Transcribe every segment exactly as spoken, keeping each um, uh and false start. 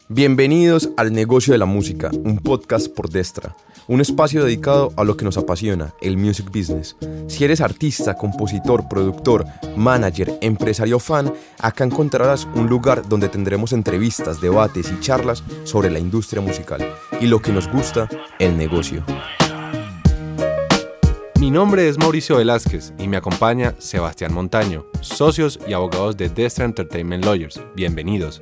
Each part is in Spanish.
Bienvenidos al Negocio de la Música, un podcast por Destra, un espacio dedicado a lo que nos apasiona, el music business. Si eres artista, compositor, productor, manager, empresario o fan, acá encontrarás un lugar donde tendremos entrevistas, debates y charlas sobre la industria musical y lo que nos gusta, el negocio. Mi nombre es Mauricio Velázquez y me acompaña Sebastián Montaño, socios y abogados de Destra Entertainment Lawyers. Bienvenidos.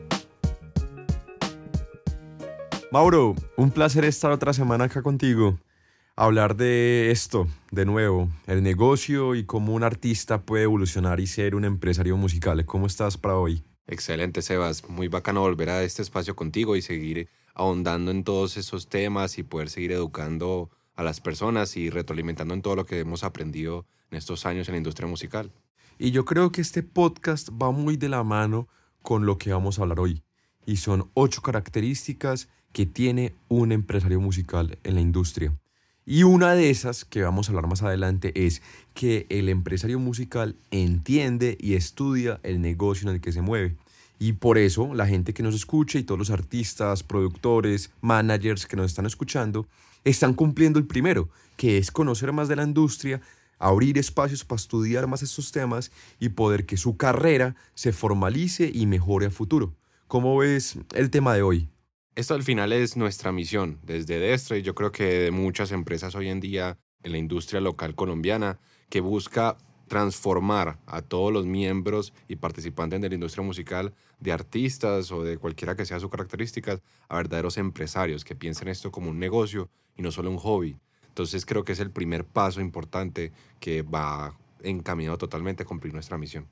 Mauro, un placer estar otra semana acá contigo. Hablar de esto, de nuevo, el negocio y cómo un artista puede evolucionar y ser un empresario musical. ¿Cómo estás para hoy? Excelente, Sebas. Muy bacano volver a este espacio contigo y seguir ahondando en todos esos temas y poder seguir educando a las personas y retroalimentando en todo lo que hemos aprendido en estos años en la industria musical. Y yo creo que este podcast va muy de la mano con lo que vamos a hablar hoy. Y son ocho características que tiene un empresario musical en la industria. Y una de esas que vamos a hablar más adelante es que el empresario musical entiende y estudia el negocio en el que se mueve. Y por eso la gente que nos escucha y todos los artistas, productores, managers que nos están escuchando están cumpliendo el primero, que es conocer más de la industria, abrir espacios para estudiar más estos temas y poder que su carrera se formalice y mejore a futuro. ¿Cómo ves el tema de hoy? Esto al final es nuestra misión desde Destra y yo creo que de muchas empresas hoy en día en la industria local colombiana que busca transformar a todos los miembros y participantes de la industria musical, de artistas o de cualquiera que sea sus características, a verdaderos empresarios que piensen esto como un negocio y no solo un hobby. Entonces creo que es el primer paso importante que va encaminado totalmente a cumplir nuestra misión.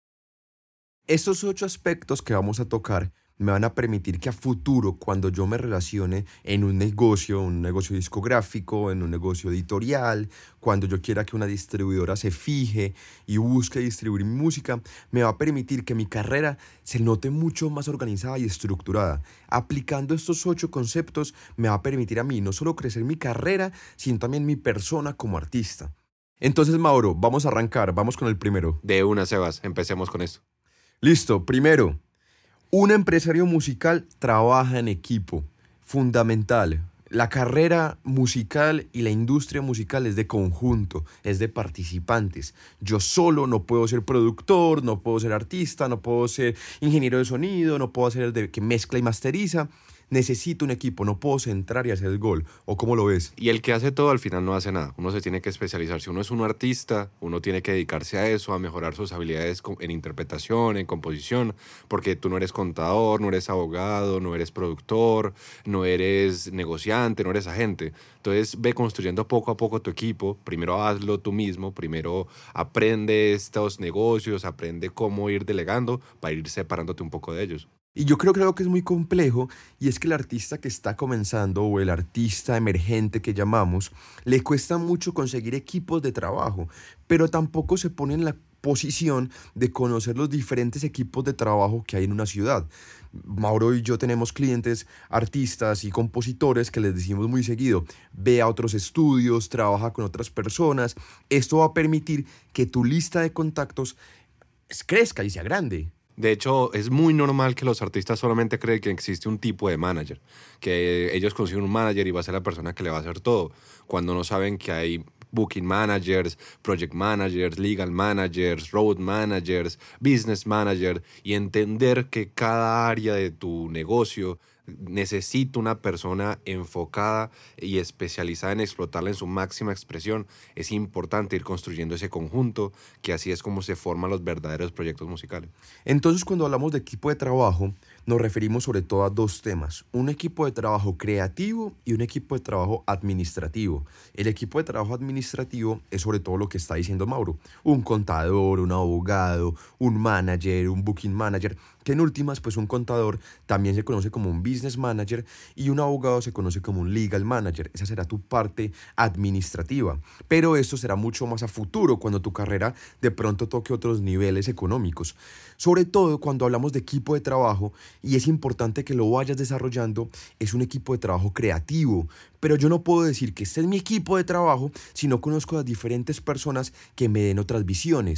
Estos ocho aspectos que vamos a tocar me van a permitir que a futuro, cuando yo me relacione en un negocio, un negocio discográfico, en un negocio editorial, cuando yo quiera que una distribuidora se fije y busque distribuir mi música, me va a permitir que mi carrera se note mucho más organizada y estructurada. Aplicando estos ocho conceptos me va a permitir a mí no solo crecer mi carrera, sino también mi persona como artista. Entonces, Mauro, vamos a arrancar, vamos con el primero. De una, Sebas, empecemos con esto. Listo, primero. Un empresario musical trabaja en equipo, fundamental. La carrera musical y la industria musical es de conjunto, es de participantes. Yo solo no puedo ser productor, no puedo ser artista, no puedo ser ingeniero de sonido, no puedo ser el de que mezcla y masteriza. Necesito un equipo, no puedo centrar y hacer el gol. ¿O cómo lo ves? Y el que hace todo al final no hace nada. Uno se tiene que especializar. Si uno es un artista, uno tiene que dedicarse a eso, a mejorar sus habilidades en interpretación, en composición, porque tú no eres contador, no eres abogado, no eres productor, no eres negociante, no eres agente. Entonces ve construyendo poco a poco tu equipo. Primero hazlo tú mismo, primero aprende estos negocios, aprende cómo ir delegando para ir separándote un poco de ellos. Y yo creo que algo que es muy complejo y es que el artista que está comenzando o el artista emergente que llamamos, le cuesta mucho conseguir equipos de trabajo, pero tampoco se pone en la posición de conocer los diferentes equipos de trabajo que hay en una ciudad. Mauro y yo tenemos clientes, artistas y compositores que les decimos muy seguido, ve a otros estudios, trabaja con otras personas. Esto va a permitir que tu lista de contactos crezca y sea grande. De hecho, es muy normal que los artistas solamente creen que existe un tipo de manager, que ellos consiguen un manager y va a ser la persona que le va a hacer todo, cuando no saben que hay booking managers, project managers, legal managers, road managers, business managers, y entender que cada área de tu negocio necesita una persona enfocada y especializada en explotarla en su máxima expresión. Es importante ir construyendo ese conjunto, que así es como se forman los verdaderos proyectos musicales. Entonces, cuando hablamos de equipo de trabajo, nos referimos sobre todo a dos temas: un equipo de trabajo creativo y un equipo de trabajo administrativo. El equipo de trabajo administrativo es sobre todo lo que está diciendo Mauro: un contador, un abogado, un manager, un booking manager, que en últimas, pues un contador también se conoce como un business manager y un abogado se conoce como un legal manager. Esa será tu parte administrativa, pero esto será mucho más a futuro, cuando tu carrera de pronto toque otros niveles económicos. Sobre todo cuando hablamos de equipo de trabajo, y es importante que lo vayas desarrollando, es un equipo de trabajo creativo. Pero yo no puedo decir que este es mi equipo de trabajo si no conozco a las diferentes personas que me den otras visiones.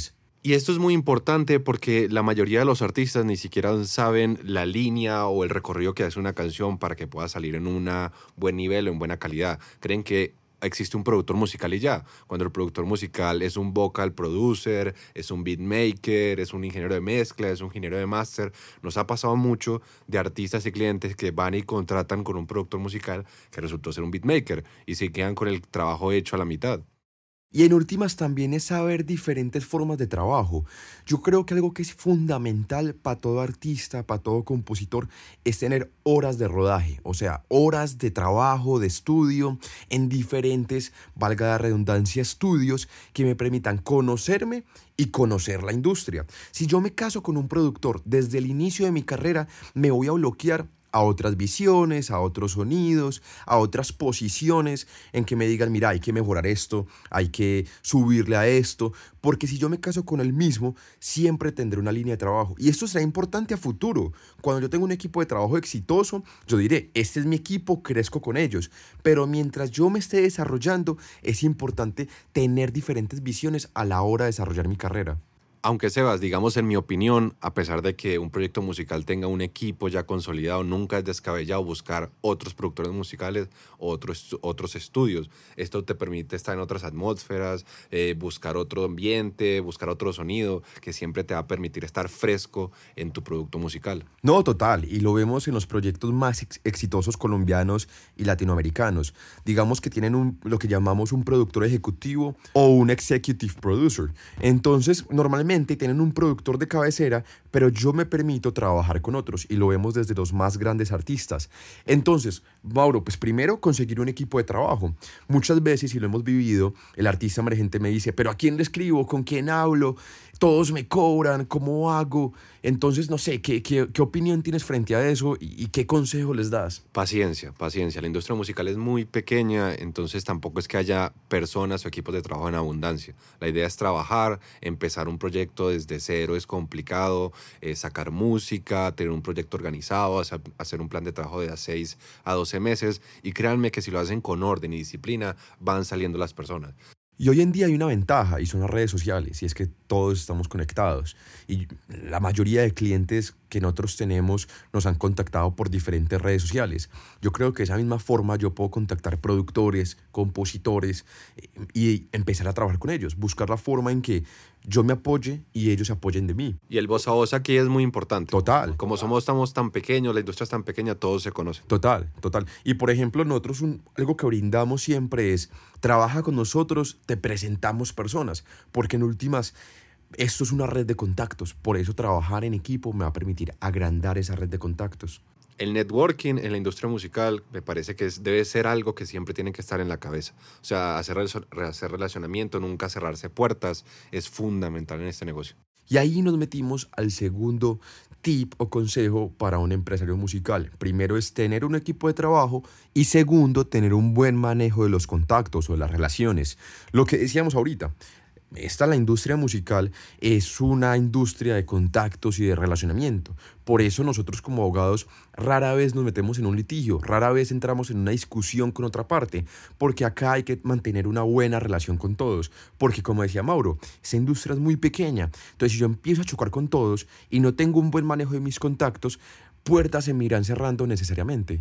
Y esto es muy importante porque la mayoría de los artistas ni siquiera saben la línea o el recorrido que hace una canción para que pueda salir en un buen nivel o en buena calidad. Creen que existe un productor musical y ya, cuando el productor musical es un vocal producer, es un beatmaker, es un ingeniero de mezcla, es un ingeniero de máster. Nos ha pasado mucho de artistas y clientes que van y contratan con un productor musical que resultó ser un beatmaker y se quedan con el trabajo hecho a la mitad. Y en últimas también es saber diferentes formas de trabajo. Yo creo que algo que es fundamental para todo artista, para todo compositor, es tener horas de rodaje, o sea, horas de trabajo, de estudio, en diferentes, valga la redundancia, estudios que me permitan conocerme y conocer la industria. Si yo me caso con un productor desde el inicio de mi carrera, me voy a bloquear a otras visiones, a otros sonidos, a otras posiciones en que me digan, mira, hay que mejorar esto, hay que subirle a esto, porque si yo me caso con el mismo, siempre tendré una línea de trabajo. Y esto será importante a futuro. Cuando yo tengo un equipo de trabajo exitoso, yo diré, este es mi equipo, crezco con ellos. Pero mientras yo me esté desarrollando, es importante tener diferentes visiones a la hora de desarrollar mi carrera. Aunque Sebas, digamos en mi opinión, a pesar de que un proyecto musical tenga un equipo ya consolidado, nunca es descabellado buscar otros productores musicales o otros, otros estudios. Esto te permite estar en otras atmósferas, eh, buscar otro ambiente, buscar otro sonido, que siempre te va a permitir estar fresco en tu producto musical. No, total, y lo vemos en los proyectos más ex- exitosos colombianos y latinoamericanos. Digamos que tienen un, lo que llamamos un productor ejecutivo o un executive producer. Entonces, normalmente tienen un productor de cabecera, pero yo me permito trabajar con otros y lo vemos desde los más grandes artistas. Entonces, Mauro, pues primero conseguir un equipo de trabajo. Muchas veces, y lo hemos vivido, el artista emergente me dice, pero ¿a quién le escribo? ¿Con quién hablo? Todos me cobran, ¿cómo hago? Entonces, no sé, ¿qué, qué, qué opinión tienes frente a eso y, y qué consejo les das? Paciencia, paciencia. La industria musical es muy pequeña, entonces tampoco es que haya personas o equipos de trabajo en abundancia. La idea es trabajar, empezar un proyecto desde cero es complicado, eh, sacar música, tener un proyecto organizado, hacer, hacer un plan de trabajo de seis a doce meses y créanme que si lo hacen con orden y disciplina, van saliendo las personas. Y hoy en día hay una ventaja y son las redes sociales, y es que todos estamos conectados. Y la mayoría de clientes que nosotros tenemos nos han contactado por diferentes redes sociales. Yo creo que de esa misma forma yo puedo contactar productores, compositores eh, y empezar a trabajar con ellos, buscar la forma en que yo me apoye y ellos se apoyen de mí. Y el voz a voz aquí es muy importante. Total. Como somos estamos tan pequeños, la industria es tan pequeña, todos se conocen. Total, total. Y por ejemplo, nosotros un, algo que brindamos siempre es, trabaja con nosotros, te presentamos personas, porque en últimas, esto es una red de contactos. Por eso trabajar en equipo me va a permitir agrandar esa red de contactos. El networking en la industria musical me parece que es, debe ser algo que siempre tiene que estar en la cabeza. O sea, hacer, hacer relacionamiento, nunca cerrarse puertas, es fundamental en este negocio. Y ahí nos metimos al segundo tip o consejo para un empresario musical. Primero es tener un equipo de trabajo y segundo, tener un buen manejo de los contactos o de las relaciones. Lo que decíamos ahorita. Esta, la industria musical, es una industria de contactos y de relacionamiento. Por eso nosotros como abogados rara vez nos metemos en un litigio, rara vez entramos en una discusión con otra parte, porque acá hay que mantener una buena relación con todos. Porque como decía Mauro, esa industria es muy pequeña. Entonces si yo empiezo a chocar con todos y no tengo un buen manejo de mis contactos, puertas se me irán cerrando necesariamente.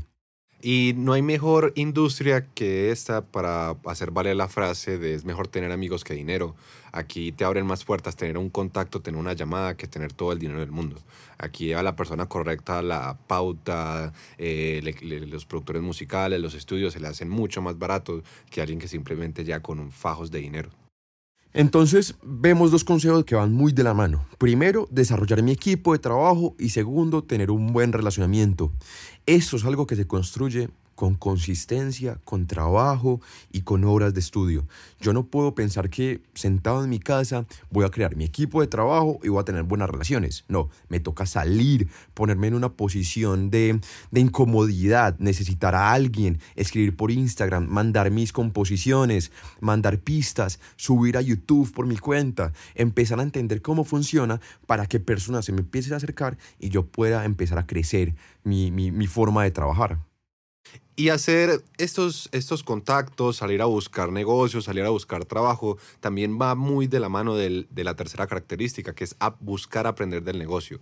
Y no hay mejor industria que esta para hacer valer la frase de es mejor tener amigos que dinero. Aquí te abren más puertas tener un contacto, tener una llamada, que tener todo el dinero del mundo. Aquí a la persona correcta, la pauta, eh, le, le, los productores musicales, los estudios se le hacen mucho más baratos que alguien que simplemente ya con un fajos de dinero. Entonces, vemos dos consejos que van muy de la mano. Primero, desarrollar mi equipo de trabajo y segundo, tener un buen relacionamiento. Eso es algo que se construye con consistencia, con trabajo y con horas de estudio. Yo no puedo pensar que sentado en mi casa voy a crear mi equipo de trabajo y voy a tener buenas relaciones. No, me toca salir, ponerme en una posición de, de incomodidad, necesitar a alguien, escribir por Instagram, mandar mis composiciones, mandar pistas, subir a YouTube por mi cuenta, empezar a entender cómo funciona para que personas se me empiecen a acercar y yo pueda empezar a crecer mi, mi, mi forma de trabajar. Y hacer estos, estos contactos, salir a buscar negocios, salir a buscar trabajo, también va muy de la mano del, de la tercera característica, que es a buscar aprender del negocio.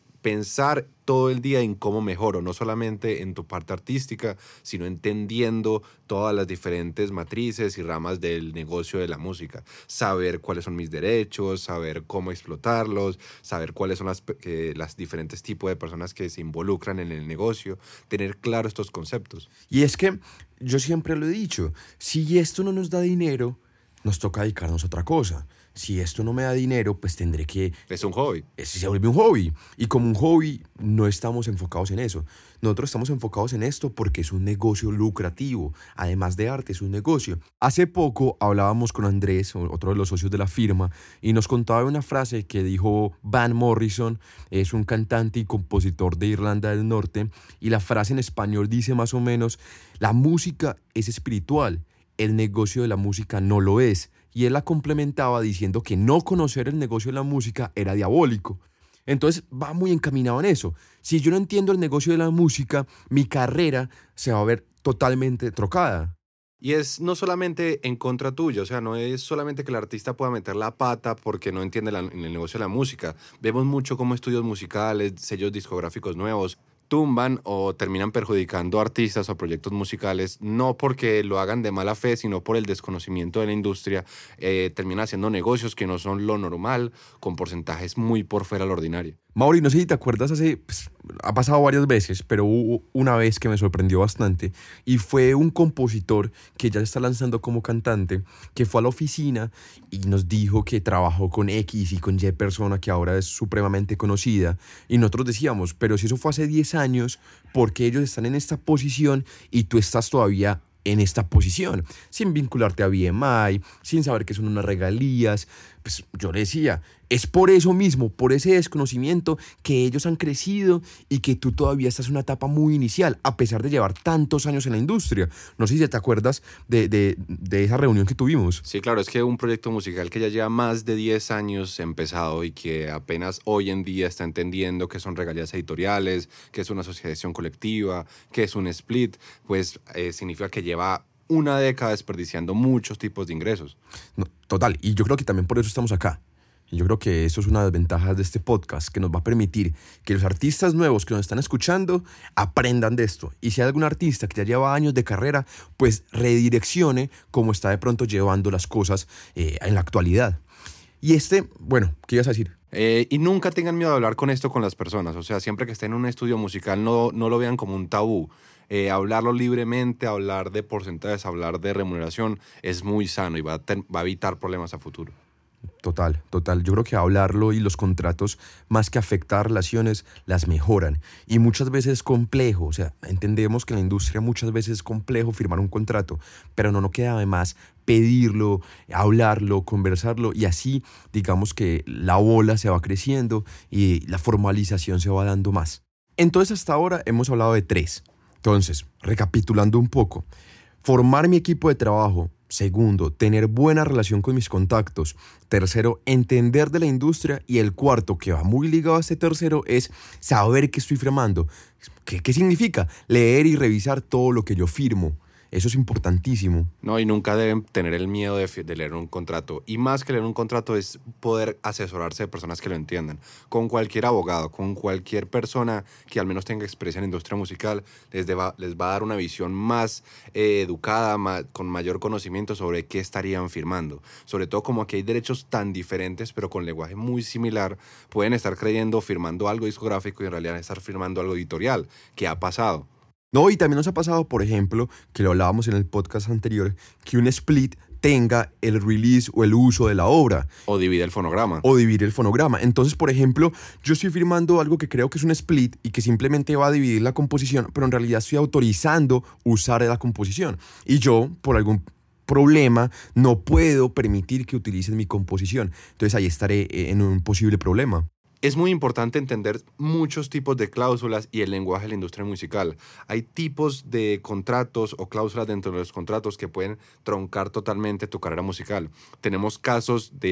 Pensar todo el día en cómo mejoro, no solamente en tu parte artística, sino entendiendo todas las diferentes matrices y ramas del negocio de la música. Saber cuáles son mis derechos, saber cómo explotarlos, saber cuáles son las, eh, las diferentes tipos de personas que se involucran en el negocio, tener claro estos conceptos. Y es que yo siempre lo he dicho, si esto no nos da dinero, nos toca dedicarnos a otra cosa. Si esto no me da dinero, pues tendré que... Es un hobby. Ese se vuelve un hobby. Y como un hobby, no estamos enfocados en eso. Nosotros estamos enfocados en esto porque es un negocio lucrativo. Además de arte, es un negocio. Hace poco hablábamos con Andrés, otro de los socios de la firma, y nos contaba una frase que dijo Van Morrison, es un cantante y compositor de Irlanda del Norte, y la frase en español dice más o menos, la música es espiritual, el negocio de la música no lo es. Y él la complementaba diciendo que no conocer el negocio de la música era diabólico. Entonces va muy encaminado en eso. Si yo no entiendo el negocio de la música, mi carrera se va a ver totalmente trocada. Y es no solamente en contra tuyo, o sea, no es solamente que el artista pueda meter la pata porque no entiende la, en el negocio de la música. Vemos mucho como estudios musicales, sellos discográficos nuevos, tumban o terminan perjudicando a artistas o proyectos musicales, no porque lo hagan de mala fe, sino por el desconocimiento de la industria, eh, terminan haciendo negocios que no son lo normal, con porcentajes muy por fuera de lo ordinario. Mauri, no sé si te acuerdas, hace, pues, ha pasado varias veces, pero hubo una vez que me sorprendió bastante y fue un compositor que ya se está lanzando como cantante, que fue a la oficina y nos dijo que trabajó con X y con Y persona que ahora es supremamente conocida y nosotros decíamos, pero si eso fue hace diez años, ¿por qué ellos están en esta posición y tú estás todavía en esta posición? Sin vincularte a B M I, sin saber que son unas regalías. Pues yo le decía, es por eso mismo, por ese desconocimiento que ellos han crecido y que tú todavía estás en una etapa muy inicial, a pesar de llevar tantos años en la industria. No sé si te acuerdas de, de, de esa reunión que tuvimos. Sí, claro, es que un proyecto musical que ya lleva más de diez años empezado y que apenas hoy en día está entendiendo qué son regalías editoriales, qué es una asociación colectiva, qué es un split, pues eh, significa que lleva una década desperdiciando muchos tipos de ingresos. No, total, y yo creo que también por eso estamos acá. Y yo creo que eso es una de las ventajas de este podcast, que nos va a permitir que los artistas nuevos que nos están escuchando aprendan de esto. Y si hay algún artista que ya lleva años de carrera, pues redireccione cómo está de pronto llevando las cosas eh, en la actualidad. Y este, bueno, ¿qué ibas a decir? Eh, y nunca tengan miedo de hablar con esto con las personas. O sea, siempre que estén en un estudio musical, no, no lo vean como un tabú. Eh, hablarlo libremente, hablar de porcentajes, hablar de remuneración, es muy sano y va a, ten, va a evitar problemas a futuro. Total, total. Yo creo que hablarlo y los contratos, más que afectar relaciones, las mejoran. Y muchas veces es complejo. O sea, entendemos que en la industria muchas veces es complejo firmar un contrato, pero no nos queda de más pedirlo, hablarlo, conversarlo y así digamos que la bola se va creciendo y la formalización se va dando más. Entonces hasta ahora hemos hablado de tres. Entonces, recapitulando un poco, formar mi equipo de trabajo. Segundo, tener buena relación con mis contactos. Tercero, entender de la industria. Y el cuarto, que va muy ligado a este tercero, es saber qué estoy firmando. ¿Qué, qué significa? Leer y revisar todo lo que yo firmo. Eso es importantísimo. No, y nunca deben tener el miedo de, de leer un contrato. Y más que leer un contrato es poder asesorarse de personas que lo entiendan. Con cualquier abogado, con cualquier persona que al menos tenga experiencia en la industria musical, les, deba, les va a dar una visión más eh, educada, más, con mayor conocimiento sobre qué estarían firmando. Sobre todo como que hay derechos tan diferentes, pero con lenguaje muy similar, pueden estar creyendo firmando algo discográfico y en realidad estar firmando algo editorial, que ha pasado. No, y también nos ha pasado, por ejemplo, que lo hablábamos en el podcast anterior, que un split tenga el release o el uso de la obra. O divide el fonograma. O dividir el fonograma. Entonces, por ejemplo, yo estoy firmando algo que creo que es un split y que simplemente va a dividir la composición, pero en realidad estoy autorizando usar la composición. Y yo, por algún problema, no puedo permitir que utilicen mi composición. Entonces ahí estaré en un posible problema. Es muy importante entender muchos tipos de cláusulas y el lenguaje de la industria musical. Hay tipos de contratos o cláusulas dentro de los contratos que pueden troncar totalmente tu carrera musical. Tenemos casos de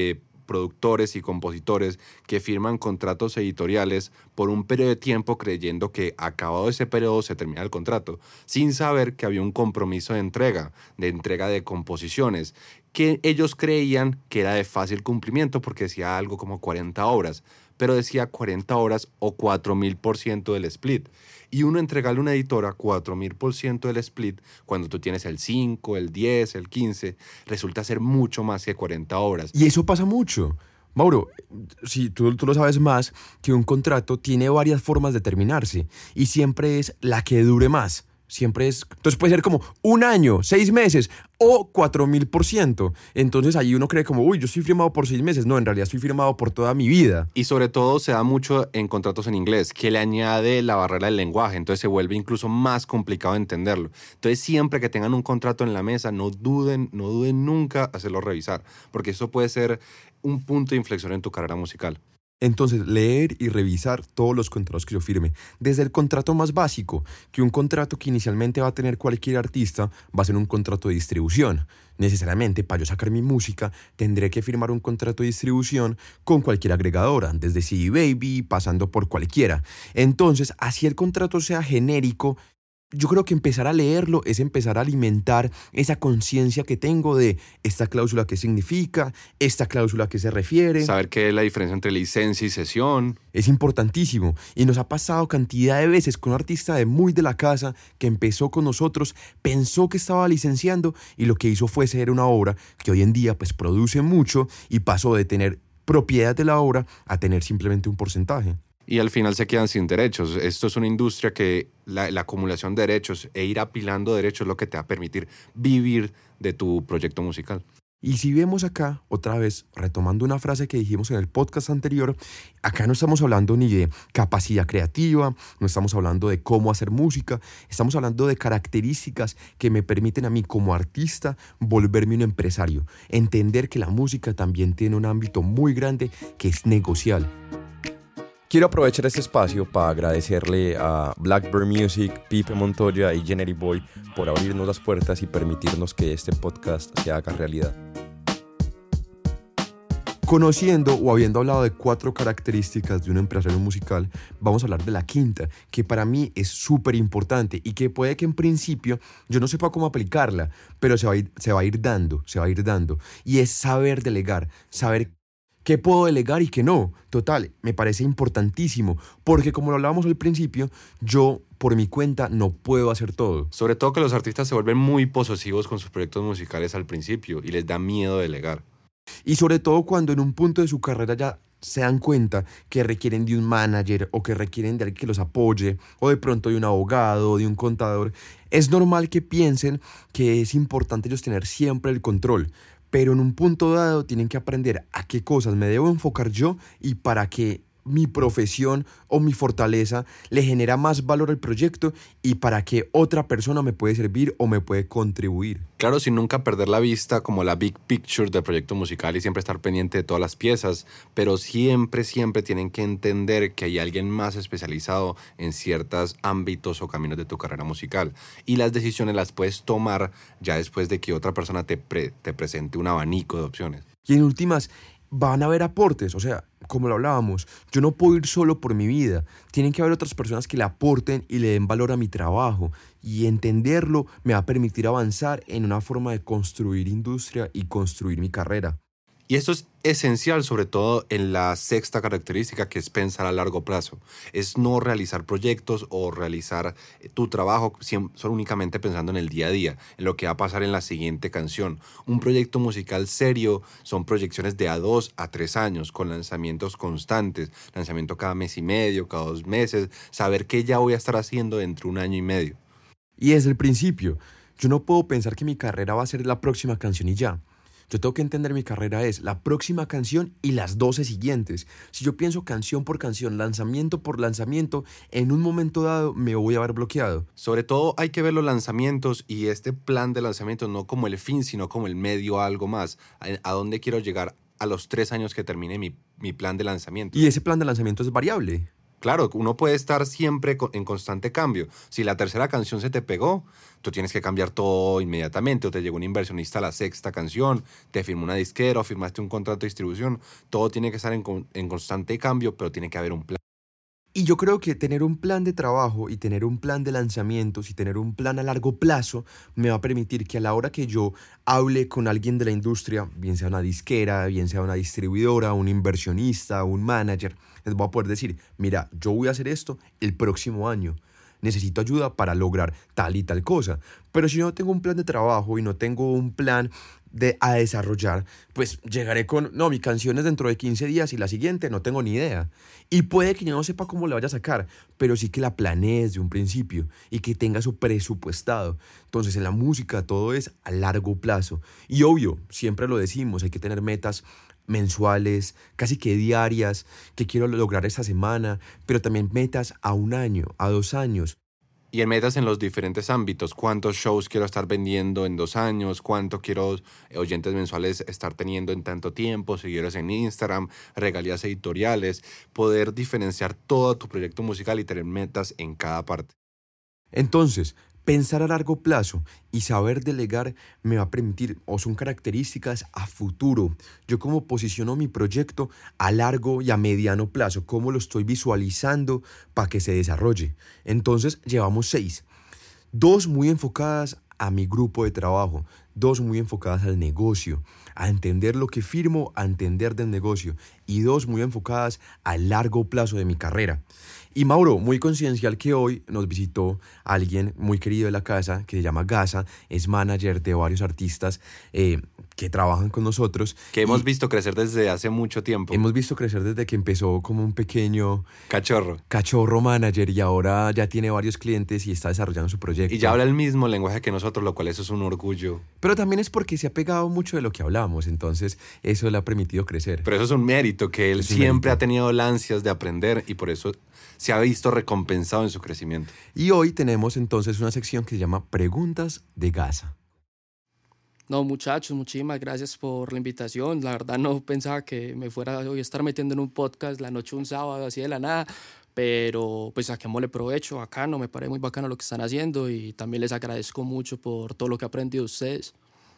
productores y compositores que firman contratos editoriales por un periodo de tiempo creyendo que acabado ese periodo se termina el contrato, sin saber que había un compromiso de entrega, de entrega de composiciones, que ellos creían que era de fácil cumplimiento porque decía algo como cuarenta horas, pero decía cuarenta horas o cuatro mil por ciento del split. Y uno entregarle a una editora cuatro mil por ciento del split, cuando tú tienes el cinco, el diez, el quince, resulta ser mucho más que cuarenta horas. Y eso pasa mucho. Mauro, si tú, tú lo sabes más, que un contrato tiene varias formas de terminarse y siempre es la que dure más. Siempre es, entonces puede ser como un año, seis meses o cuatro mil por ciento. Entonces ahí uno cree como, uy, yo estoy firmado por seis meses. No, en realidad estoy firmado por toda mi vida. Y sobre todo se da mucho en contratos en inglés, que le añade la barrera del lenguaje, entonces se vuelve incluso más complicado entenderlo. Entonces siempre que tengan un contrato en la mesa, no duden, no duden nunca hacerlo revisar, porque eso puede ser un punto de inflexión en tu carrera musical. Entonces, leer y revisar todos los contratos que yo firme. Desde el contrato más básico, que un contrato que inicialmente va a tener cualquier artista va a ser un contrato de distribución. Necesariamente, para yo sacar mi música, tendré que firmar un contrato de distribución con cualquier agregadora, desde C D Baby, pasando por cualquiera. Entonces, así el contrato sea genérico, yo creo que empezar a leerlo es empezar a alimentar esa conciencia que tengo de esta cláusula qué significa, esta cláusula a qué se refiere. Saber qué es la diferencia entre licencia y cesión. Es importantísimo y nos ha pasado cantidad de veces con un artista de muy de la casa que empezó con nosotros, pensó que estaba licenciando y lo que hizo fue ser una obra que hoy en día pues produce mucho y pasó de tener propiedad de la obra a tener simplemente un porcentaje. Y al final se quedan sin derechos. Esto es una industria que la, la acumulación de derechos e ir apilando derechos es lo que te va a permitir vivir de tu proyecto musical. Y si vemos acá, otra vez, retomando una frase que dijimos en el podcast anterior, acá no estamos hablando ni de capacidad creativa, no estamos hablando de cómo hacer música, estamos hablando de características que me permiten a mí como artista volverme un empresario, entender que la música también tiene un ámbito muy grande que es negocial. Quiero aprovechar este espacio para agradecerle a Blackbird Music, Pipe Montoya y Genery Boy por abrirnos las puertas y permitirnos que este podcast se haga realidad. Conociendo o habiendo hablado de cuatro características de un empresario musical, vamos a hablar de la quinta, que para mí es súper importante y que puede que en principio yo no sepa cómo aplicarla, pero se va a ir, se va a ir dando, se va a ir dando. Y es saber delegar, saber qué puedo delegar y qué no. Total, me parece importantísimo, porque como lo hablábamos al principio, yo por mi cuenta no puedo hacer todo. Sobre todo que los artistas se vuelven muy posesivos con sus proyectos musicales al principio y les da miedo delegar. Y sobre todo cuando en un punto de su carrera ya se dan cuenta que requieren de un manager o que requieren de alguien que los apoye o de pronto de un abogado o de un contador, es normal que piensen que es importante ellos tener siempre el control. Pero en un punto dado tienen que aprender a qué cosas me debo enfocar yo y para qué mi profesión o mi fortaleza le genera más valor al proyecto y para qué otra persona me puede servir o me puede contribuir. Claro, sin nunca perder la vista como la big picture del proyecto musical y siempre estar pendiente de todas las piezas, pero siempre, siempre tienen que entender que hay alguien más especializado en ciertos ámbitos o caminos de tu carrera musical y las decisiones las puedes tomar ya después de que otra persona te, pre- te presente un abanico de opciones. Y en últimas, van a haber aportes, o sea, como lo hablábamos, yo no puedo ir solo por mi vida, tienen que haber otras personas que le aporten y le den valor a mi trabajo y entenderlo me va a permitir avanzar en una forma de construir industria y construir mi carrera. Y esto es esencial, sobre todo en la sexta característica, que es pensar a largo plazo. Es no realizar proyectos o realizar tu trabajo solo únicamente pensando en el día a día, en lo que va a pasar en la siguiente canción. Un proyecto musical serio son proyecciones de a dos a tres años, con lanzamientos constantes, lanzamiento cada mes y medio, cada dos meses, saber qué ya voy a estar haciendo dentro de un año y medio. Y desde el principio, yo no puedo pensar que mi carrera va a ser la próxima canción y ya. Yo tengo que entender mi carrera es la próxima canción y las doce siguientes. Si yo pienso canción por canción, lanzamiento por lanzamiento, en un momento dado me voy a ver bloqueado. Sobre todo hay que ver los lanzamientos y este plan de lanzamiento no como el fin, sino como el medio a algo más. ¿A, a dónde quiero llegar a los tres años que termine mi, mi plan de lanzamiento? Y ese plan de lanzamiento es variable. Claro, uno puede estar siempre en constante cambio. Si la tercera canción se te pegó, tú tienes que cambiar todo inmediatamente, o te llegó un inversionista a la sexta canción, te firmó una disquera o firmaste un contrato de distribución. Todo tiene que estar en, en constante cambio, pero tiene que haber un plan. Y yo creo que tener un plan de trabajo y tener un plan de lanzamientos y tener un plan a largo plazo me va a permitir que a la hora que yo hable con alguien de la industria, bien sea una disquera, bien sea una distribuidora, un inversionista, un manager, les voy a poder decir, mira, yo voy a hacer esto el próximo año. Necesito ayuda para lograr tal y tal cosa. Pero si yo no tengo un plan de trabajo y no tengo un plan de, a desarrollar, pues llegaré con, no, mi canción es dentro de quince días y la siguiente no tengo ni idea. Y puede que yo no sepa cómo la vaya a sacar, pero sí que la planeé desde un principio y que tenga su presupuestado. Entonces en la música todo es a largo plazo. Y obvio, siempre lo decimos, hay que tener metas mensuales, casi que diarias, que quiero lograr esta semana, pero también metas a un año, a dos años. Y en metas en los diferentes ámbitos, cuántos shows quiero estar vendiendo en dos años, cuánto quiero oyentes mensuales estar teniendo en tanto tiempo, seguidores en Instagram, regalías editoriales, poder diferenciar todo tu proyecto musical y tener metas en cada parte. Entonces, pensar a largo plazo y saber delegar me va a permitir, o son características a futuro. Yo cómo posiciono mi proyecto a largo y a mediano plazo, cómo lo estoy visualizando para que se desarrolle. Entonces, llevamos seis. Dos muy enfocadas a mi grupo de trabajo, dos muy enfocadas al negocio, a entender lo que firmo, a entender del negocio, y dos muy enfocadas al largo plazo de mi carrera. Y Mauro, muy conciencial que hoy nos visitó alguien muy querido de la casa que se llama Gaza, es manager de varios artistas eh, que trabajan con nosotros. Que hemos visto crecer desde hace mucho tiempo. Hemos visto crecer desde que empezó como un pequeño cachorro. Cachorro manager y ahora ya tiene varios clientes y está desarrollando su proyecto. Y ya habla el mismo lenguaje que nosotros, lo cual eso es un orgullo. Pero también es porque se ha pegado mucho de lo que hablamos, entonces eso le ha permitido crecer. Pero eso es un mérito, que él siempre ha tenido la ansias de aprender y por eso se ha visto recompensado en su crecimiento. Y hoy tenemos entonces una sección que se llama Preguntas de Gaza. No, muchachos, muchísimas gracias por la invitación. La verdad no pensaba que me fuera hoy a estar metiendo en un podcast la noche un sábado así de la nada, pero pues saquémosle provecho, bacano, me parece muy bacano lo que están haciendo y también les agradezco mucho por todo lo que he aprendido de ustedes.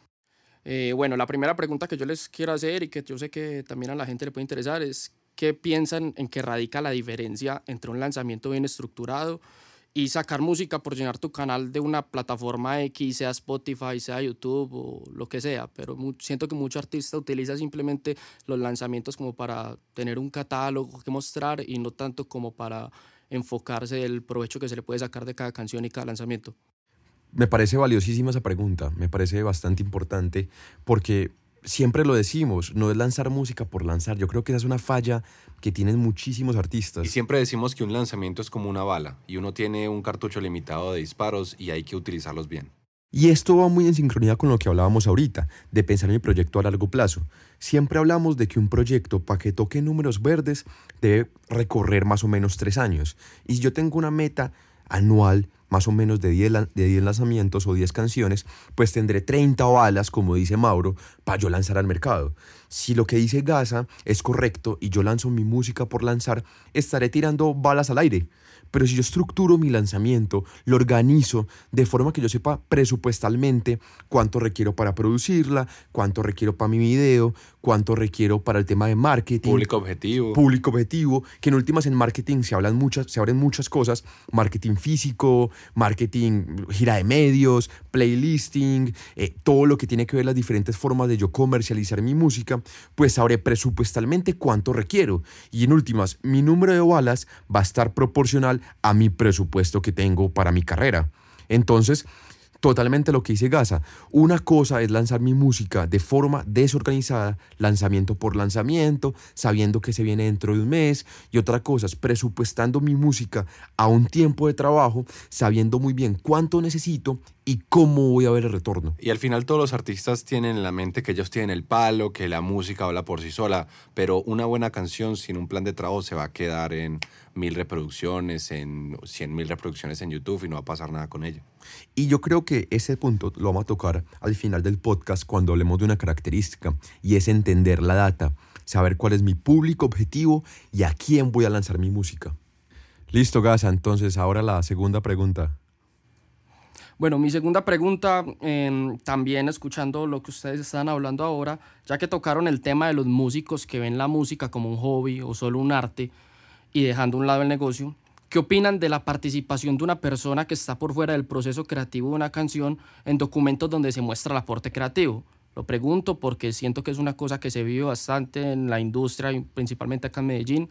Eh, bueno, la primera pregunta que yo les quiero hacer y que yo sé que también a la gente le puede interesar es ¿qué piensan en que radica la diferencia entre un lanzamiento bien estructurado y sacar música por llenar tu canal de una plataforma X, sea Spotify, sea YouTube o lo que sea? Pero mu- siento que mucho artista utiliza simplemente los lanzamientos como para tener un catálogo que mostrar y no tanto como para enfocarse el provecho que se le puede sacar de cada canción y cada lanzamiento. Me parece valiosísima esa pregunta, me parece bastante importante porque siempre lo decimos, no es lanzar música por lanzar. Yo creo que esa es una falla que tienen muchísimos artistas. Y siempre decimos que un lanzamiento es como una bala y uno tiene un cartucho limitado de disparos y hay que utilizarlos bien. Y esto va muy en sincronía con lo que hablábamos ahorita, de pensar en mi proyecto a largo plazo. Siempre hablamos de que un proyecto, para que toque números verdes, debe recorrer más o menos tres años. Y si yo tengo una meta anual, más o menos de diez, de diez lanzamientos o diez canciones, pues tendré treinta balas, como dice Mauro, para yo lanzar al mercado. Si lo que dice Gaza es correcto y yo lanzo mi música por lanzar, estaré tirando balas al aire. Pero si yo estructuro mi lanzamiento, lo organizo de forma que yo sepa presupuestalmente cuánto requiero para producirla, cuánto requiero para mi video, cuánto requiero para el tema de marketing. Público objetivo. Público objetivo, que en últimas en marketing se hablan muchas, se abren muchas cosas, marketing físico, marketing, gira de medios, playlisting, eh, todo lo que tiene que ver las diferentes formas de yo comercializar mi música, pues sabré presupuestalmente cuánto requiero. Y en últimas, mi número de balas va a estar proporcional a mi presupuesto que tengo para mi carrera. Entonces, totalmente lo que dice Gaza. Una cosa es lanzar mi música de forma desorganizada, lanzamiento por lanzamiento, sabiendo que se viene dentro de un mes, y otra cosa es presupuestando mi música a un tiempo de trabajo, sabiendo muy bien cuánto necesito y cómo voy a ver el retorno. Y al final todos los artistas tienen en la mente que ellos tienen el palo, que la música habla por sí sola, pero una buena canción sin un plan de trabajo se va a quedar en mil reproducciones, en cien mil reproducciones en YouTube y no va a pasar nada con ella. Y yo creo que ese punto lo vamos a tocar al final del podcast cuando hablemos de una característica, y es entender la data, saber cuál es mi público objetivo y a quién voy a lanzar mi música. Listo, Gaza. Entonces, ahora la segunda pregunta. Bueno, mi segunda pregunta, eh, también escuchando lo que ustedes están hablando ahora, ya que tocaron el tema de los músicos que ven la música como un hobby o solo un arte y dejando a un lado el negocio, ¿qué opinan de la participación de una persona que está por fuera del proceso creativo de una canción en documentos donde se muestra el aporte creativo? Lo pregunto porque siento que es una cosa que se vive bastante en la industria, y principalmente acá en Medellín.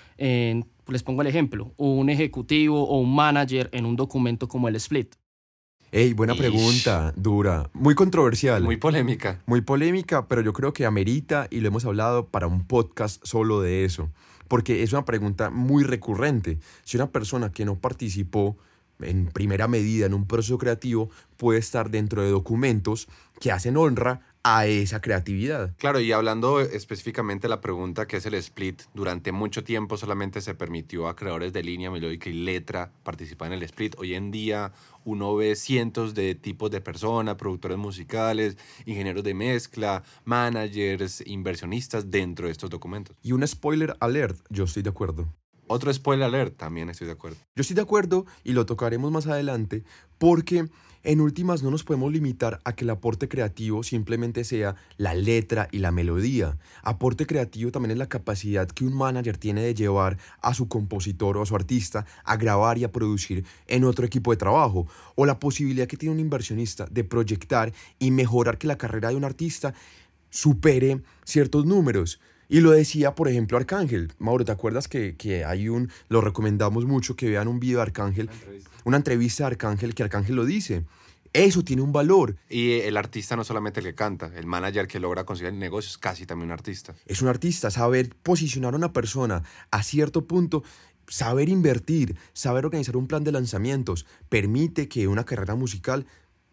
Eh, les pongo el ejemplo, un ejecutivo o un manager en un documento como el Split. Ey, buena Ish. pregunta, dura, muy controversial. Muy polémica. Muy polémica, pero yo creo que amerita, y lo hemos hablado, para un podcast solo de eso, porque es una pregunta muy recurrente. Si una persona que no participó en primera medida en un proceso creativo puede estar dentro de documentos que hacen honra a esa creatividad. Claro, y hablando específicamente de la pregunta que es el split, durante mucho tiempo solamente se permitió a creadores de línea melódica y letra participar en el split. Hoy en día uno ve cientos de tipos de personas, productores musicales, ingenieros de mezcla, managers, inversionistas dentro de estos documentos. Y un spoiler alert, yo estoy de acuerdo. Otro spoiler alert, también estoy de acuerdo. Yo estoy de acuerdo y lo tocaremos más adelante porque en últimas no nos podemos limitar a que el aporte creativo simplemente sea la letra y la melodía. Aporte creativo también es la capacidad que un manager tiene de llevar a su compositor o a su artista a grabar y a producir en otro equipo de trabajo. O la posibilidad que tiene un inversionista de proyectar y mejorar que la carrera de un artista supere ciertos números. Y lo decía, por ejemplo, Arcángel. Mauro, ¿te acuerdas que, que hay un... Lo recomendamos mucho que vean un video de Arcángel, una entrevista. una entrevista de Arcángel, que Arcángel lo dice. Eso tiene un valor. Y el artista no solamente el que canta, el manager que logra conseguir el negocio es casi también un artista. Es un artista, saber posicionar a una persona a cierto punto, saber invertir, saber organizar un plan de lanzamientos, permite que una carrera musical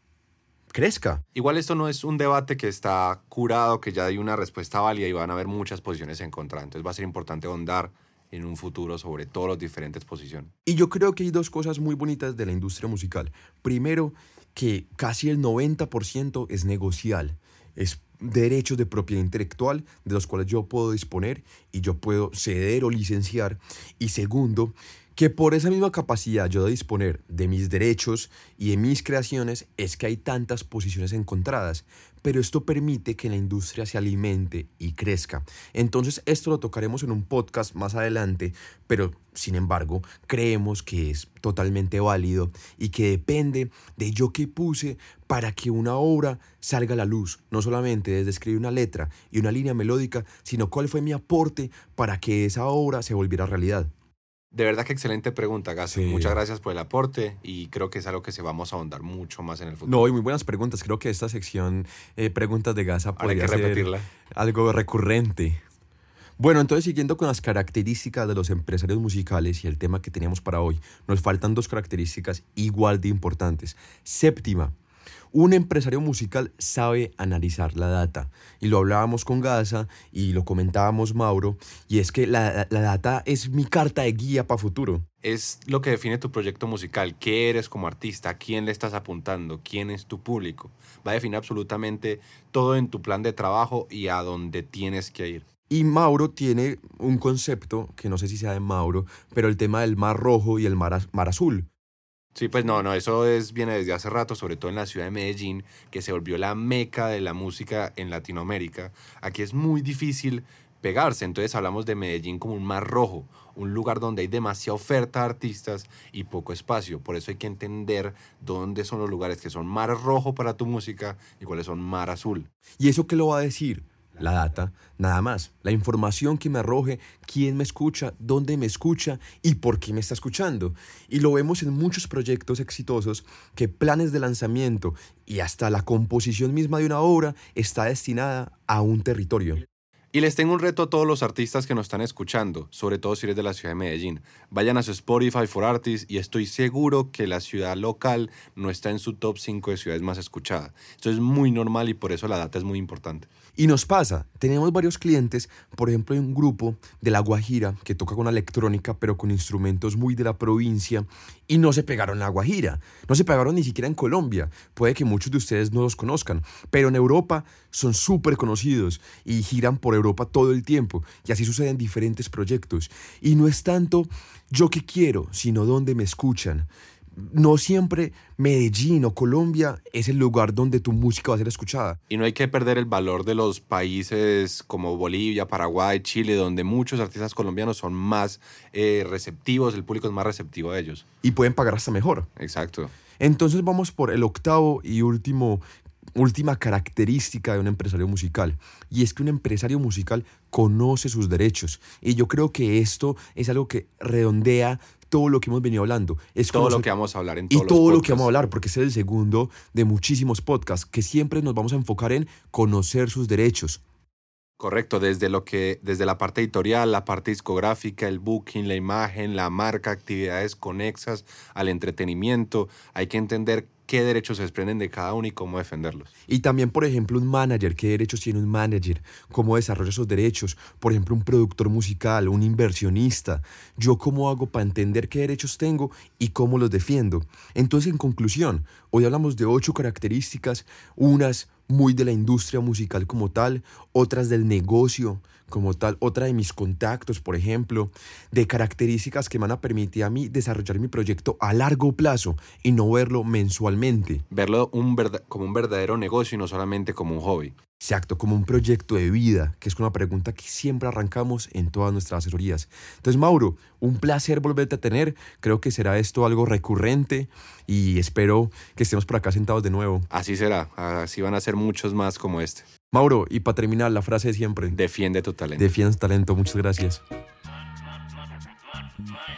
crezca. Igual esto no es un debate que está curado, que ya hay una respuesta válida y van a haber muchas posiciones en contra. Entonces va a ser importante ahondar en un futuro sobre todas las diferentes posiciones. Y yo creo que hay dos cosas muy bonitas de la industria musical. Primero, que casi el noventa por ciento es negocial. Es derechos de propiedad intelectual de los cuales yo puedo disponer y yo puedo ceder o licenciar. Y segundo, que por esa misma capacidad yo de disponer de mis derechos y de mis creaciones es que hay tantas posiciones encontradas, pero esto permite que la industria se alimente y crezca. Entonces esto lo tocaremos en un podcast más adelante, pero sin embargo creemos que es totalmente válido y que depende de yo qué puse para que una obra salga a la luz, no solamente desde escribir una letra y una línea melódica, sino cuál fue mi aporte para que esa obra se volviera realidad. De verdad que excelente pregunta, Gaso. Sí. Muchas gracias por el aporte y creo que es algo que se vamos a ahondar mucho más en el futuro. No, y muy buenas preguntas. Creo que esta sección, eh, preguntas de Gaza, Ahora hay podría que ser repetirla. algo recurrente. Bueno, entonces siguiendo con las características de los empresarios musicales y el tema que teníamos para hoy, nos faltan dos características igual de importantes. Séptima, un empresario musical sabe analizar la data. Y lo hablábamos con Gaza y lo comentábamos Mauro, y es que la, la data es mi carta de guía para futuro. Es lo que define tu proyecto musical, qué eres como artista, a quién le estás apuntando, quién es tu público. Va a definir absolutamente todo en tu plan de trabajo y a dónde tienes que ir. Y Mauro tiene un concepto, que no sé si sea de Mauro, pero el tema del mar rojo y el mar, az- mar azul. Sí, pues no, no, eso es, viene desde hace rato, sobre todo en la ciudad de Medellín, que se volvió la meca de la música en Latinoamérica. Aquí es muy difícil pegarse, entonces hablamos de Medellín como un mar rojo, un lugar donde hay demasiada oferta de artistas y poco espacio. Por eso hay que entender dónde son los lugares que son mar rojo para tu música y cuáles son mar azul. ¿Y eso qué lo va a decir? La data, nada más. La información que me arroje, quién me escucha, dónde me escucha y por qué me está escuchando. Y lo vemos en muchos proyectos exitosos que planes de lanzamiento y hasta la composición misma de una obra está destinada a un territorio. Y les tengo un reto a todos los artistas que nos están escuchando, sobre todo si eres de la ciudad de Medellín. Vayan a su Spotify for Artists y estoy seguro que la ciudad local no está en su top cinco de ciudades más escuchadas. Esto es muy normal y por eso la data es muy importante. Y nos pasa, tenemos varios clientes, por ejemplo hay un grupo de La Guajira que toca con electrónica pero con instrumentos muy de la provincia y no se pegaron en La Guajira, no se pegaron ni siquiera en Colombia, puede que muchos de ustedes no los conozcan, pero en Europa son súper conocidos y giran por Europa todo el tiempo y así suceden diferentes proyectos. Y no es tanto yo que quiero, sino donde me escuchan. No siempre Medellín o Colombia es el lugar donde tu música va a ser escuchada. Y no hay que perder el valor de los países como Bolivia, Paraguay, Chile, donde muchos artistas colombianos son más eh, receptivos, el público es más receptivo a ellos. Y pueden pagar hasta mejor. Exacto. Entonces vamos por el octavo y último, última característica de un empresario musical. Y es que un empresario musical conoce sus derechos. Y yo creo que esto es algo que redondea todo lo que hemos venido hablando. Es todo conocer, lo que vamos a hablar en todos Y todo los lo que vamos a hablar, porque este es el segundo de muchísimos podcasts, que siempre nos vamos a enfocar en conocer sus derechos. Correcto, desde, lo que, desde la parte editorial, la parte discográfica, el booking, la imagen, la marca, actividades conexas al entretenimiento. Hay que entender qué derechos se desprenden de cada uno y cómo defenderlos. Y también, por ejemplo, un manager, qué derechos tiene un manager, cómo desarrolla esos derechos. Por ejemplo, un productor musical, un inversionista. Yo cómo hago para entender qué derechos tengo y cómo los defiendo. Entonces, en conclusión, hoy hablamos de ocho características, unas muy de la industria musical como tal, otras del negocio como tal, otra de mis contactos, por ejemplo, de características que me van a permitir a mí desarrollar mi proyecto a largo plazo y no verlo mensualmente. Verlo un verdad, como un verdadero negocio y no solamente como un hobby. Exacto, como un proyecto de vida, que es una pregunta que siempre arrancamos en todas nuestras asesorías. Entonces, Mauro, un placer volverte a tener. Creo que será esto algo recurrente y espero que estemos por acá sentados de nuevo. Así será, así van a ser muchos más como este. Mauro, y para terminar, la frase de siempre. Defiende tu talento. Defiende tu talento, muchas gracias.